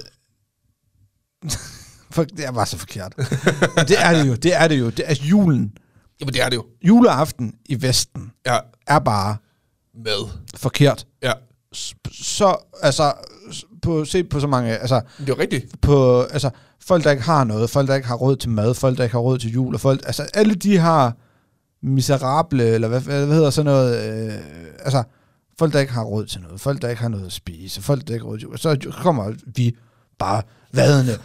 S2: Det er bare så forkert. det er det jo. Det er julen.
S1: Jamen, det er det jo.
S2: Juleaften i Vesten er bare
S1: med
S2: forkert.
S1: Ja.
S2: Så, altså, se på så mange, altså...
S1: Det er rigtigt.
S2: På, altså, folk, der ikke har noget, folk, der ikke har råd til mad, folk, der ikke har råd til jul, og folk, altså, alle de har miserable, eller hvad hedder sådan noget, altså, folk, der ikke har råd til noget, folk, der ikke har noget at spise, folk, der ikke har råd til jul, så kommer vi bare vadende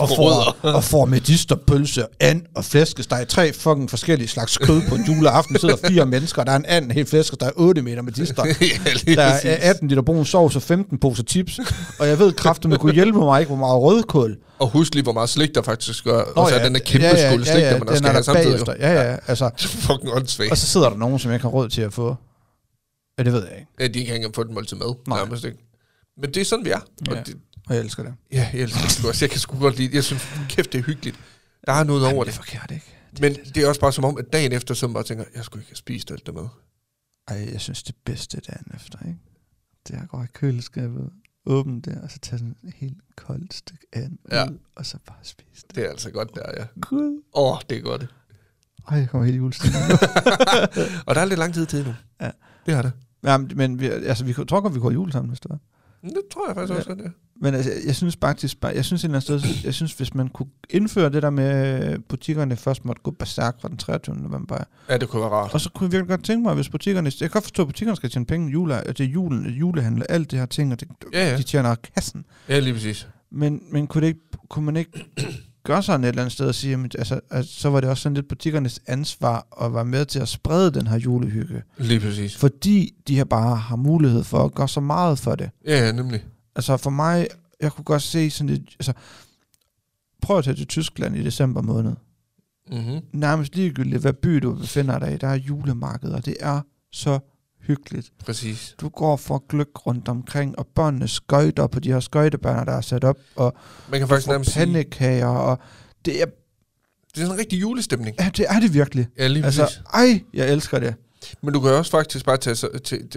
S2: og får medisterpølse, and og flæskesteg, 3 fucking forskellige slags kød på en juleaften, sidder 4 mennesker, der er en anden helt flæskesteg, 8 meter medister, der er 18 liter brun sovs og 15 poser chips, og jeg ved kraften med kunne hjælpe mig ikke, hvor meget rødkål.
S1: Og husk lige, hvor meget slik der faktisk gør, og så den der kæmpe skål slik, der man også skal have samtidig.
S2: Ja, altså.
S1: Fucking åndssvagt.
S2: Og så sidder der nogen, som jeg ikke har råd til at få. Ja, det ved jeg ikke.
S1: Ja, de kan ikke engang få et måltid med. Nærmest ikke. Men det er sådan, vi er.
S2: Ja. Og jeg elsker det.
S1: Ja, jeg elsker det også. Jeg kan sgu godt lide det. Jeg synes, kæft, det er hyggeligt. Der er noget over det.
S2: Det er forkert, ikke?
S1: Men det er også bare som om, at dagen efter, så bare tænker, jeg skulle ikke have spist alt det med.
S2: Ej, jeg synes, det bedste dagen efter, ikke? Det er at gå i køleskabet, åbne det, og så tage sådan et helt koldt stykke and ud, og så bare spise det.
S1: Det er altså godt der, ja.
S2: Gud.
S1: Det er godt.
S2: Ej, jeg kommer helt i julestemning.
S1: Og der er lidt lang tid til nu.
S2: Ja.
S1: Det har det.
S2: Ja, men vi tror godt, vi går jul sammen, hvis det var.
S1: Det tror jeg faktisk også, det er.
S2: Men altså, jeg synes faktisk bare, jeg synes et eller andet sted, jeg synes, hvis man kunne indføre det der med butikkerne først måtte gå berserk fra den 23. november.
S1: Ja, det kunne være rart.
S2: Og så kunne jeg virkelig godt tænke mig, hvis butikkerne, jeg kan godt forstå, at butikkerne skal tjene penge til julehandel, alt det her ting, og de tjener kassen.
S1: Ja, lige præcis.
S2: Men kunne man ikke gøre sådan et eller andet sted og sige, altså, så var det også sådan lidt butikkernes ansvar at være med til at sprede den her julehygge.
S1: Lige præcis.
S2: Fordi de her bare har mulighed for at gøre så meget for det.
S1: Ja, nemlig.
S2: Altså for mig, jeg kunne godt se sådan lidt, altså prøv at tage til Tyskland i december måned.
S1: Mm-hmm.
S2: Nærmest ligegyldigt, hvad by du befinder dig i, der er julemarkeder, det er så hyggeligt.
S1: Præcis.
S2: Du går for gløgg rundt omkring, og børnene skøjter på de her skøjtebaner, der er sat op, og
S1: man kan faktisk nærmest
S2: pandekager, og det er
S1: sådan en rigtig julestemning.
S2: Ja, det er det virkelig.
S1: Ja, lige præcis.
S2: Altså, jeg elsker det.
S1: Men du kan også faktisk bare tage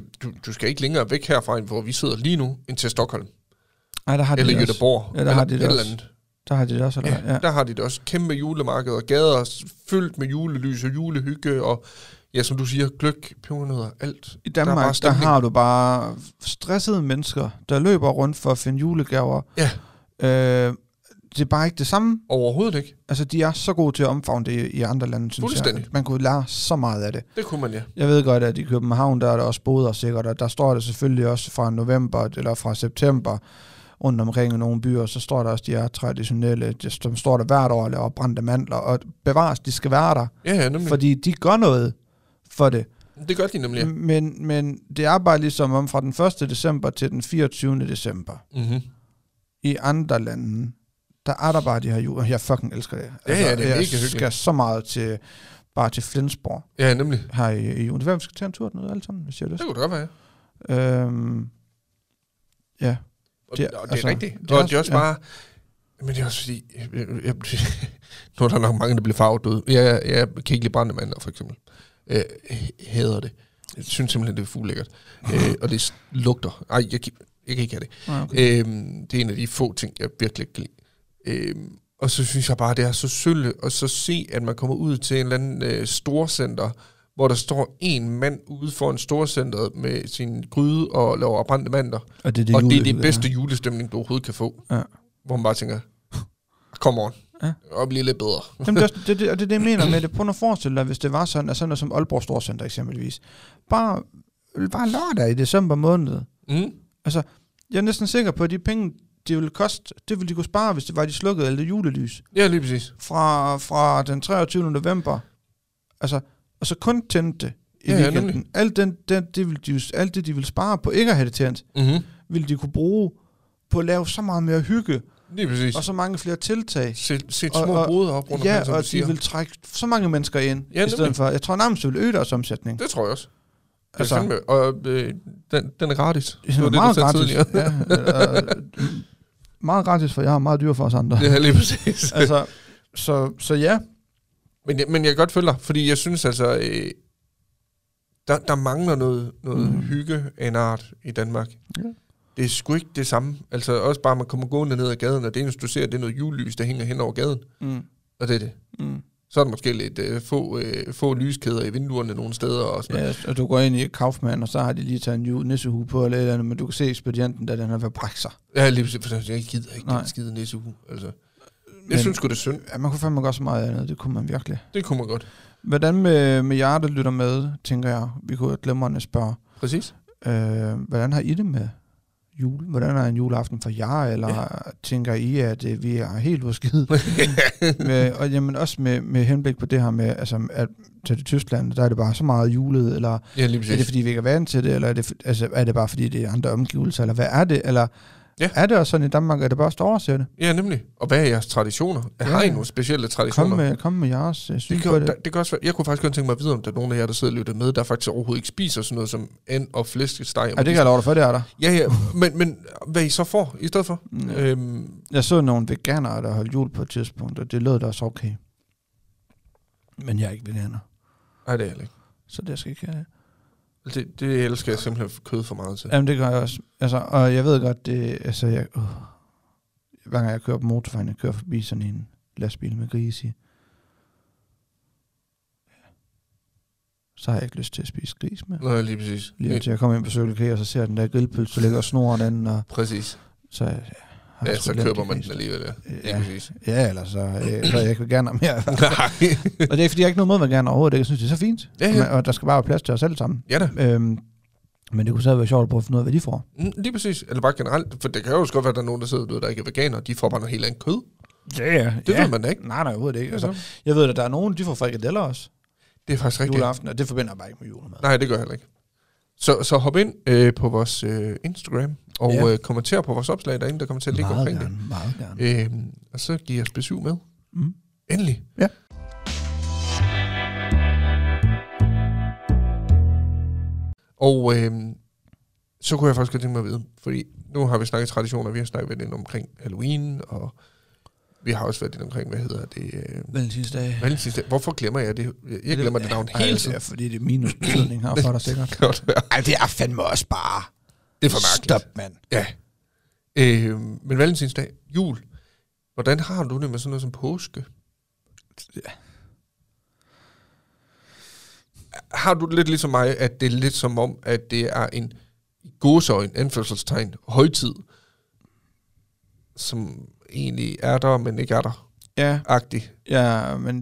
S1: du skal ikke længere væk herfra, hvor vi sidder lige nu, ind til Stockholm.
S2: Nej, der har de
S1: eller
S2: det
S1: Göteborg.
S2: Ja, der har de det også. Der har de det også, eller?
S1: Ja, der har de det også. Kæmpe julemarkeder og gader fyldt med julelys og julehygge, og ja, som du siger, gløgg, pebernødder, alt.
S2: I Danmark, der har du bare stressede mennesker, der løber rundt for at finde julegaver.
S1: Ja.
S2: Det er bare ikke det samme.
S1: Overhovedet ikke.
S2: Altså, de er så gode til at omfavne det i andre lande, synes jeg. Man kunne lære så meget af det.
S1: Det kunne man, ja.
S2: Jeg ved godt, at i København, der er der også boder sikkert, og der står det selvfølgelig også fra november, eller fra september, rundt omkring i nogle byer, så står der også, de er traditionelle, de står der hvert år og laver brændte mandler, og bevares, de skal være der.
S1: Ja, nemlig.
S2: Fordi de gør noget for det.
S1: Det gør de nemlig.
S2: Men det er bare ligesom om fra den 1. december til den 24. december.
S1: Mm-hmm.
S2: I andre lande, der er der bare de her jul, og jeg fucking elsker det.
S1: Altså, ja, det er mega hyggeligt.
S2: Jeg skal så meget til Flensborg.
S1: Ja, nemlig.
S2: Her i jul. Det er hvad, vi skal tage en tur noget alle sammen, hvis jeg har lyst.
S1: Det kunne det godt
S2: være. Ja.
S1: Og det er altså, rigtigt. Det er også bare... Men det er også fordi... Nu er der nok mange, der bliver farvet ud. Jeg kan ikke lide brændemandler, for eksempel. Hader det. Jeg synes simpelthen, det er fuldlækkert. Og det lugter. Ej, jeg kan ikke have det.
S2: Okay.
S1: Det er en af de få ting, jeg virkelig kan lide. Og så synes jeg bare, det er så sølle at så se, at man kommer ud til en eller anden storcenter, hvor der står en mand ude for en storcenter med sin gryde og laver brændte mandler. Og det er det bedste julestemning, du overhovedet kan få.
S2: Ja.
S1: Hvor man bare tænker, kom on. Ja. Og blive lidt bedre.
S2: Jamen, det er det, jeg mener med det. Prøv at forestille dig, hvis det var sådan, sådan noget som Aalborg Storcenter eksempelvis. Bare lørdag i december måned.
S1: Mm.
S2: Altså, jeg er næsten sikker på, at de penge, det ville koste, det ville de kunne spare, hvis det var, de slukkede alle det julelys.
S1: Ja, lige præcis.
S2: Fra den 23. november. Altså, og så kun tændte det i weekenden. Alt det, de ville spare på ikke at have det tændt, ville de kunne bruge på at lave så meget mere hygge.
S1: Lige præcis.
S2: Og så mange flere tiltag.
S1: Sæt små boder op rundt
S2: omkring, og de vil trække så mange mennesker ind, i stedet for. Jeg tror nærmest, det vil øge deres omsætning.
S1: Det tror jeg også. Altså, og den er gratis.
S2: Det er meget gratis. Meget gratis, for jeg har meget dyr for os andre.
S1: Ja, lige præcis.
S2: Altså, så ja.
S1: Men jeg kan godt følge dig, fordi jeg synes altså, der mangler noget hygge af en art i Danmark. Ja. Det er sgu ikke det samme. Altså også bare, man kommer gående ned ad gaden, og det eneste, du ser, det er noget julelys, der hænger hen over gaden. Og det er det. Så er der måske lidt få lyskæder i vinduerne nogle steder. Og sådan.
S2: Ja, og du går ind i Kaufmann, og så har de lige taget en nissehue på, eller et eller andet, men du kan se ekspedienten, der den har været brække sig.
S1: Ja, lige præcis, for jeg gider ikke den skide nissehue. Altså. Jeg synes sgu, det er synd.
S2: Ja, man kunne fandme godt så meget andet, det kunne man virkelig.
S1: Det kunne man godt.
S2: Hvordan med jer, der lytter med, tænker jeg, vi kunne glemrende spørge.
S1: Præcis.
S2: Hvordan har I det med jul? Hvordan er en juleaften for jer, eller tænker I, at vi er helt uskide? Og jamen også med henblik på det her med, altså, at til Tyskland, der er det bare så meget julet, eller er det fordi, vi ikke er vant til det, eller er det bare fordi, det er andre omgivelser, eller hvad er det? Eller er det også sådan i Danmark, at det bare står oversætte?
S1: Ja, nemlig. Og hvad er jeres traditioner? Har I nogle specielle traditioner?
S2: Kom med jeres syn
S1: på det. Det kan også være, jeg kunne faktisk godt tænke mig at vide, om der er nogen af jer, der sidder og lytter med, der faktisk overhovedet ikke spiser sådan noget som and og flæskesteg.
S2: Ja, det kan jeg love dig for, det er der.
S1: Ja, men hvad I så får i stedet for?
S2: Jeg så nogle veganere, der holdt jul på et tidspunkt, og det lød da også okay. Men jeg er ikke veganer.
S1: Nej, det er jeg ikke.
S2: Så det skal ikke have.
S1: Det elsker jeg simpelthen kød for meget til.
S2: Jamen, det gør jeg også. Altså, og jeg ved godt, det, altså, hver gang jeg kører på motorvejen, jeg kører forbi sådan en lastbil med grise i, så har jeg ikke lyst til at spise gris med.
S1: Nej, lige præcis.
S2: Lige til jeg kommer ind på Circle K, og så ser den der grillpølse, så ligger snoren den, og
S1: præcis.
S2: Så
S1: så køber man den alligevel, ja.
S2: Ja, eller så jeg ikke vil gerne mere. Og det er fordi, jeg ikke noget mod, hvad gerne overhovedet. Jeg synes, det er så fint. Ja. Og der skal bare være plads til os alle sammen.
S1: Ja da.
S2: Men det kunne så være sjovt at prøve at finde ud af, hvad de får.
S1: Lige præcis. Eller bare generelt. For det kan jo også godt være, at der er nogen, der sidder derude, der ikke er veganer. De får bare noget helt andet kød.
S2: Ja.
S1: Det ved man da ikke.
S2: Nej, overhovedet ikke. Altså, jeg ved, at der er nogen, de får frikadeller også.
S1: Det er faktisk rigtigt.
S2: Juleaften, og det forbinder jeg bare ikke med julemad.
S1: Nej, det gør jeg heller ikke. Så hop ind på vores Instagram og kommenter på vores opslag derinde, der kommer til at ligge omkring det.
S2: Meget gerne.
S1: Og så giver os besøg med.
S2: Mm.
S1: Endelig.
S2: Ja.
S1: Og så kunne jeg faktisk godt tænke mig at vide, fordi nu har vi snakket traditioner, vi har snakket lidt omkring Halloween, og vi har også været lidt omkring, hvad hedder det?
S2: Valentinsdag.
S1: Hvorfor glemmer jeg det? Jeg glemmer det navn hele tiden.
S2: Ja, fordi det er minus betydning her for dig sikkert. Ej, det er fandme også bare.
S1: Det er for mærkeligt.
S2: Stop, mand.
S1: Ja. Men Valentinsdag, jul. Hvordan har du det med sådan noget som påske?
S2: Ja.
S1: Har du lidt ligesom mig, at det er lidt som om, at det er en gåseøjne, anførselstegn, højtid, som egentlig er der, men ikke er der?
S2: Ja.
S1: Agtig.
S2: Ja, men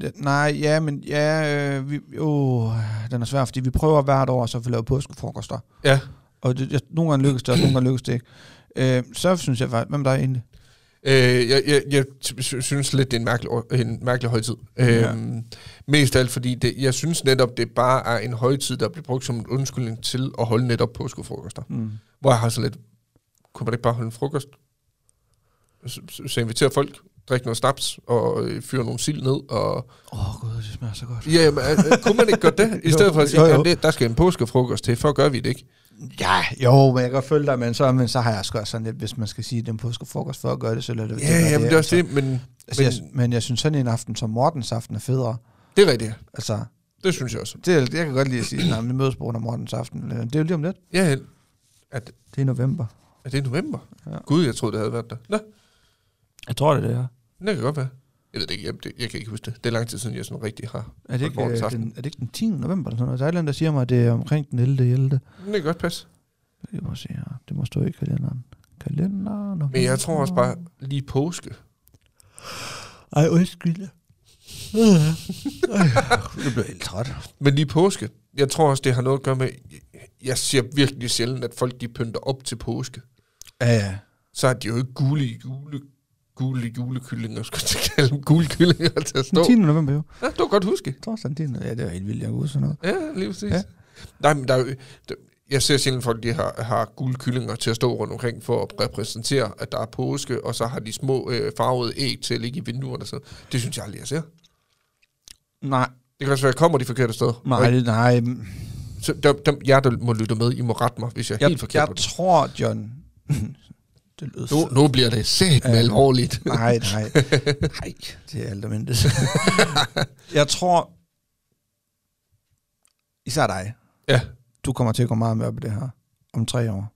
S2: den er svær, fordi vi prøver hvert år så at lave påskefrokoster.
S1: Ja.
S2: Og nogle gange lykkes det også, nogle gange lykkes det ikke. Så synes jeg faktisk, hvem der er egentlig?
S1: Jeg synes lidt, det er en mærkelig højtid. Mest af alt, fordi jeg synes netop, det bare er en højtid, der bliver brugt som en undskyldning til at holde netop påskefrokoster. Hvor jeg har så lidt, kunne man ikke bare holde en frokost? Så inviterer folk, drikke noget snaps og fyre nogle sild ned. Og
S2: gud, det smager så godt.
S1: Ja, men kunne man ikke gøre det? I stedet for at sige, der skal en påskefrokost til, for gør vi det ikke.
S2: Ja, men jeg kan godt følge dig, men så har jeg også sådan lidt, hvis man skal sige, at den påskefrokost for at gøre det, så lader det.
S1: Ja, men det er også det,
S2: men jeg synes sådan en aften som Mortens aften er federe.
S1: Det er rigtigt.
S2: Altså,
S1: det synes jeg også.
S2: Jeg kan godt lide at sige, at vi mødes på under Mortens aften. Det er jo lige om lidt.
S1: Ja,
S2: det er november.
S1: Er det november? Ja. Gud, jeg troede, det havde været der. Nå.
S2: Jeg tror, det er.
S1: Det kan godt være. Jeg ved det ikke, jeg kan ikke huske det. Det er lang tid siden, jeg sådan rigtig har.
S2: Er det ikke den 10. november eller sådan noget? Der er et eller andet, der siger mig, at det er omkring den 11. Det
S1: kan godt passe.
S2: Jeg må se her. Det må stå i kalenderen. November.
S1: Men jeg tror også bare lige påske.
S2: Ej, undskyld. Jeg bliver helt træt.
S1: Men lige påske. Jeg tror også, det har noget at gøre med, jeg ser virkelig sjældent, at folk de pynter op til påske.
S2: Ja.
S1: Så er de jo ikke gule julekyllinger, skulle jeg kalde dem, gule kyllinger til at stå.
S2: 10. november jo.
S1: Ja, du kan godt huske.
S2: Ja, det er helt vildt, jeg kan huske sådan noget.
S1: Ja, lige præcis. Ja. Nej, men jeg ser sjældent folk, de har gule kyllinger til at stå rundt omkring for at repræsentere, at der er påske, og så har de små farvede æg til at ligge i vinduerne. Så det synes jeg aldrig, jeg ser.
S2: Nej.
S1: Det kan også være, at jeg kommer de forkerte steder.
S2: Nej.
S1: Så jer, der må lytte med, I må rette mig, hvis jeg er helt forkert.
S2: Jeg tror, John...
S1: Nu bliver det sæt med alvorligt.
S2: Nej, det er alt almindeligt. Jeg tror, især dig, du kommer til at gå meget med op i det her om 3 år.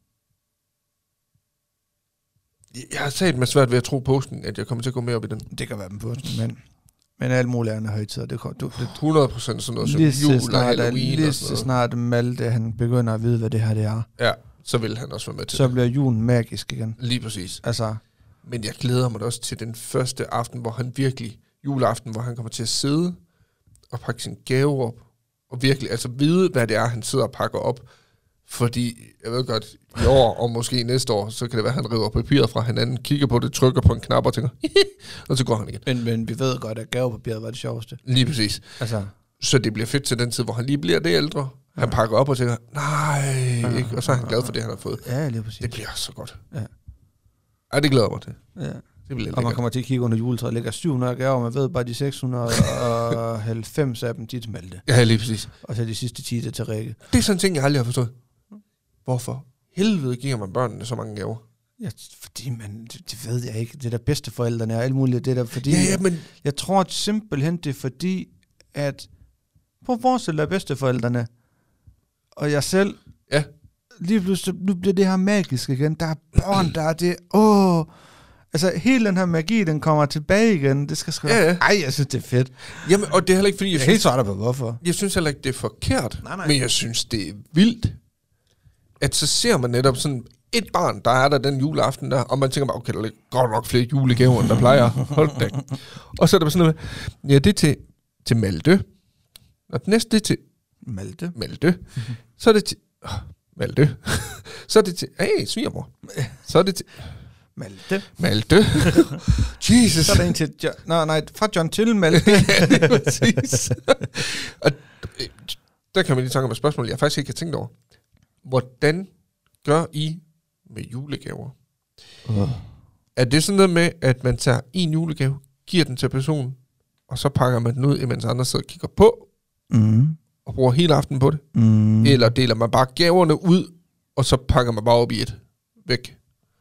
S1: Jeg har sagt med svært ved at tro påsken, at jeg kommer til at gå med op i den.
S2: Det kan være den påsken, Men alt muligt andet højtider. Det
S1: 100% sådan noget som jul og Halloween
S2: lige så snart Malte, han begynder at vide, hvad det her det er.
S1: Ja, så vil han også være med til
S2: så bliver julen magisk igen.
S1: Lige præcis.
S2: Altså.
S1: Men jeg glæder mig også til den første aften, hvor han virkelig, juleaften, hvor han kommer til at sidde og pakke sin gave op, og virkelig altså vide, hvad det er, han sidder og pakker op. Fordi, jeg ved godt, i år og måske næste år, så kan det være, at han river papiret fra hinanden, kigger på det, trykker på en knap og tænker, og så går han igen.
S2: Men vi ved godt, at gavepapiret var det sjoveste.
S1: Lige præcis.
S2: Altså.
S1: Så det bliver fedt til den tid, hvor han lige bliver det ældre. Han pakker op og tænker, nej, ikke? Og så er han glad for det, han har fået.
S2: Ja, lige præcis.
S1: Det bliver så godt.
S2: Ja.
S1: Ej, det glæder mig til.
S2: Ja. Og man kommer til at kigge under juletræet, ligger 700 gaver, man ved bare de 690 af dem, de er til Malte.
S1: Ja, lige præcis.
S2: Og så de sidste 10 til Rikke.
S1: Det er sådan en ting, jeg aldrig har forstået. Hvorfor helvede giver man børnene så mange gaver?
S2: Ja, fordi det ved jeg ikke. Det er der bedste forældrene og alt muligt. Det der, fordi
S1: ja, men
S2: jeg tror simpelthen, det er fordi, at på vores eller bedsteforældrene, og jeg selv,
S1: ja.
S2: Lige pludselig, nu bliver det her magisk igen. Der er børn, der er det, altså, hele den her magi, den kommer tilbage igen. Det skal sgu...
S1: Ja.
S2: Ej, jeg synes, det er fedt.
S1: Jamen, og det er heller ikke, fordi
S2: jeg synes... Jeg er helt på, hvorfor.
S1: Jeg synes heller ikke, det er forkert.
S2: Nej.
S1: Men jeg synes, det er vildt. At så ser man netop sådan et barn, der er der den juleaften der, og man tænker bare, okay, der er godt nok flere julegaver, end der plejer. Hold da. Og så er der sådan noget med, ja, det er til Malte. Og det næste, det er til...
S2: Malte.
S1: Mm-hmm. Så er det til... Malte. Så er det til... Hey, svigermor. Så er det til... Malte. Jesus.
S2: Så er der en til... Nej, fra John til Malte.
S1: Ja, det er præcis. Og der kan man lige tænke om et spørgsmål, jeg faktisk ikke har tænkt over. Hvordan gør I med julegaver? Er det sådan noget med, at man tager en julegave, giver den til personen, og så pakker man den ud, imens andre sidder og kigger på, og bruger hele aftenen på det? Eller deler man bare gaverne ud, og så pakker man bare op i et væk?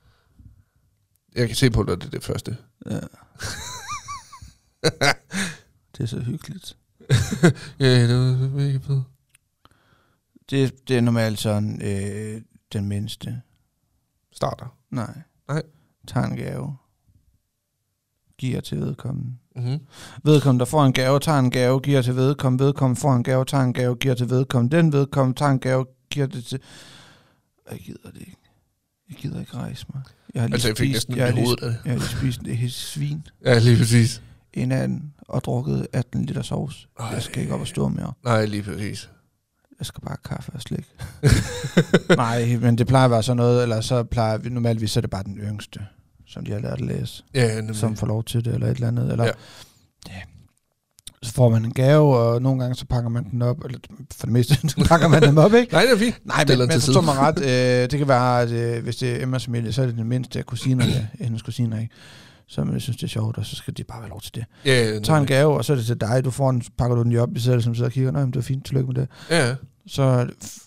S1: Jeg kan se på det, det er det første.
S2: Ja. Det er så hyggeligt.
S1: Ja, det var mega fedt.
S2: Det er normalt sådan, den mindste.
S1: Starter?
S2: Nej. Tager en gave. Giver til vedkommende.
S1: Mm-hmm.
S2: Vedkommende, der får en gave, tager en gave, giver til vedkommende. Vedkommende får en gave, tager en gave, giver til vedkommende. Den vedkommende tager en gave, giver det til... Jeg gider det ikke. Jeg gider ikke rejse mig. Jeg har lige spist et svin.
S1: Ja, lige præcis.
S2: En anden og drukket 18 liter sovs. Jeg skal ikke op og stå mere.
S1: Nej, lige præcis.
S2: Jeg skal bare have kaffe og slik. Nej, men det plejer at være sådan noget, eller så plejer vi normalt, så er det bare den yngste, som de har lært at læse.
S1: Ja,
S2: som får lov til det, eller et eller andet. Eller, ja. Så får man en gave, og nogle gange så pakker man den op, eller for det meste, så pakker man dem op, ikke?
S1: Nej, det er fint.
S2: Nej, men forstår mig ret. Det kan være, at hvis det er Emmas familie, så er det den mindste af kusinerne, hendes kusiner, ikke? Så man synes, det er sjovt, og så skal de bare være lov til det.
S1: Ja,
S2: tag en gave, og så er det til dig. Du får den, pakker du den lige op, i stedet som sidder og kigger. Nej, men det var fint, tillykke med det.
S1: Ja.
S2: Så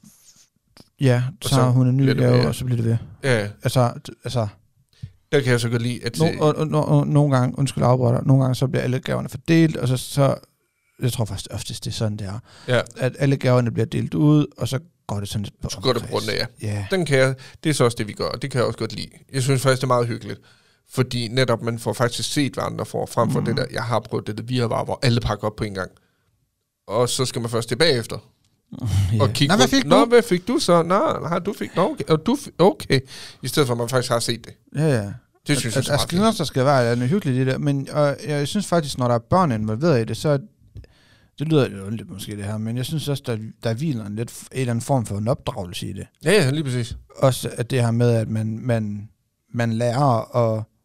S2: tager hun en ny gave, og så bliver det ved.
S1: Ja.
S2: Altså
S1: der kan jeg så godt lide, at...
S2: Nogle gange, undskyld afbryder, nogle gange så bliver alle gaverne fordelt, og så jeg tror faktisk oftest, det er sådan, det er.
S1: Ja.
S2: At alle gaverne bliver delt ud, og så går det sådan lidt på.
S1: Så går det på rundt af, ja.
S2: Yeah.
S1: Den kan jeg, det er så også det, vi gør, og det kan jeg også godt lide. Jeg synes faktisk, det er meget hyggeligt. Fordi netop man får faktisk set, hvad andre får, frem for det der, jeg har prøvet det der virvar, hvor alle pakker op på en gang. Og så skal man først tilbage efter. Og kigge på, hvad fik du så? Nå, du fik, okay. I stedet for, at man faktisk har set det.
S2: Ja.
S1: Det synes jeg er
S2: meget der skal være noget hyggeligt i det. Men jeg synes faktisk, når der er børn involveret i det, så det lyder jo lidt måske det her, men jeg synes også, der hviler en eller anden form for en opdragelse i det.
S1: Ja, lige præcis.
S2: Også at det her med, at man lærer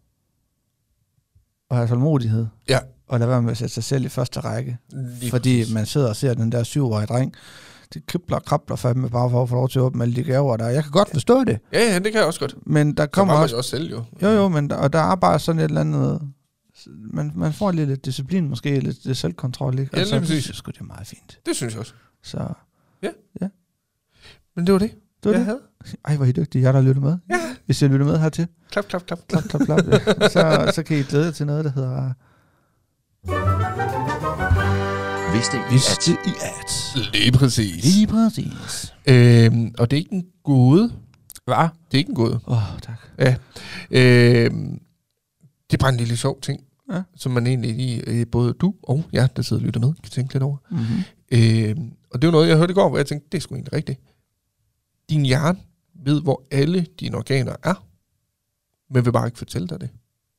S2: at have tålmodighed.
S1: Ja.
S2: Og lade være med at sætte sig selv i første række.
S1: Lige
S2: fordi
S1: præcis.
S2: Man sidder og ser den der 7-årige dreng, det kribler fandme bare for at få lov til at åbne alle de gaver der. Jeg kan godt forstå det.
S1: Ja, det kan jeg også godt.
S2: Men der kommer
S1: også... også selv jo.
S2: Jo, men der er bare sådan et eller andet... Man får lidt disciplin, måske lidt selvkontrol, ikke?
S1: Ja, lige præcis.
S2: Så skulle det er meget fint.
S1: Det synes jeg også.
S2: Så...
S1: Ja. Men det var det.
S2: Jeg havde. Ej, hvor er I dygtige. Jeg der lytter med.
S1: Ja.
S2: Hvis jeg lytter med hertil.
S1: Klap.
S2: Så kan I glæde jer til noget, der hedder...
S3: Vidste I at?
S1: Lige præcis. Og det er ikke en gåde.
S2: Hvad?
S1: Det er ikke en gåde.
S2: Tak.
S1: Ja. Det er bare en lille sjov ting. som man egentlig lige, både du og jeg, der sidder og lytter med, kan tænke lidt over. Og det var noget, jeg hørte i går, hvor jeg tænkte, det er sgu egentlig rigtigt. Din hjerne ved, hvor alle dine organer er, men vil bare ikke fortælle dig det.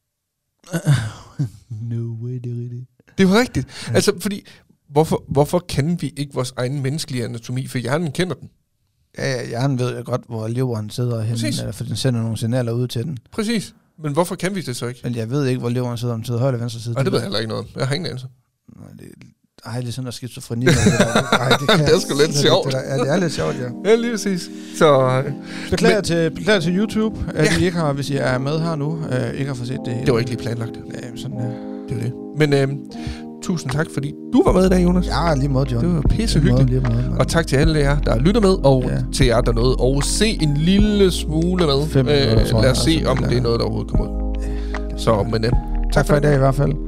S2: No way, det er rigtigt.
S1: Det var rigtigt. Ja. Altså, fordi, hvorfor kender vi ikke vores egen menneskelige anatomi? For hjernen kender den.
S2: Ja, hjernen ved jo godt, hvor leveren sidder henne, eller for den sender nogle signaler ud til den.
S1: Præcis. Men hvorfor kan vi det så ikke?
S2: Men jeg ved ikke, hvor leveren sidder, om den sidder højre eller venstre side.
S1: Nej, det ved jeg heller ikke noget. Jeg har ingen anelse.
S2: Det er sådan noget skizofreni. Det er
S1: sgu lidt sjovt.
S2: Ja, det er lidt sjovt, ja.
S1: Ja, lige præcis. Så,
S2: beklager til YouTube, at I ikke har, hvis I er med her nu, ikke har fået set det.
S1: Det var ikke lige planlagt.
S2: Ja, sådan er
S1: det var det. Men tusind tak, fordi du var med i dag, Jonas.
S2: Ja, lige måde, John.
S1: Det var pissehyggeligt. Og tak til alle jer, der lytter med, og til jer, der nåede. Og se en lille smule med. Lad os se, om det er noget, der overhovedet kommer ud. Så, men tak
S2: for i dag i hvert fald.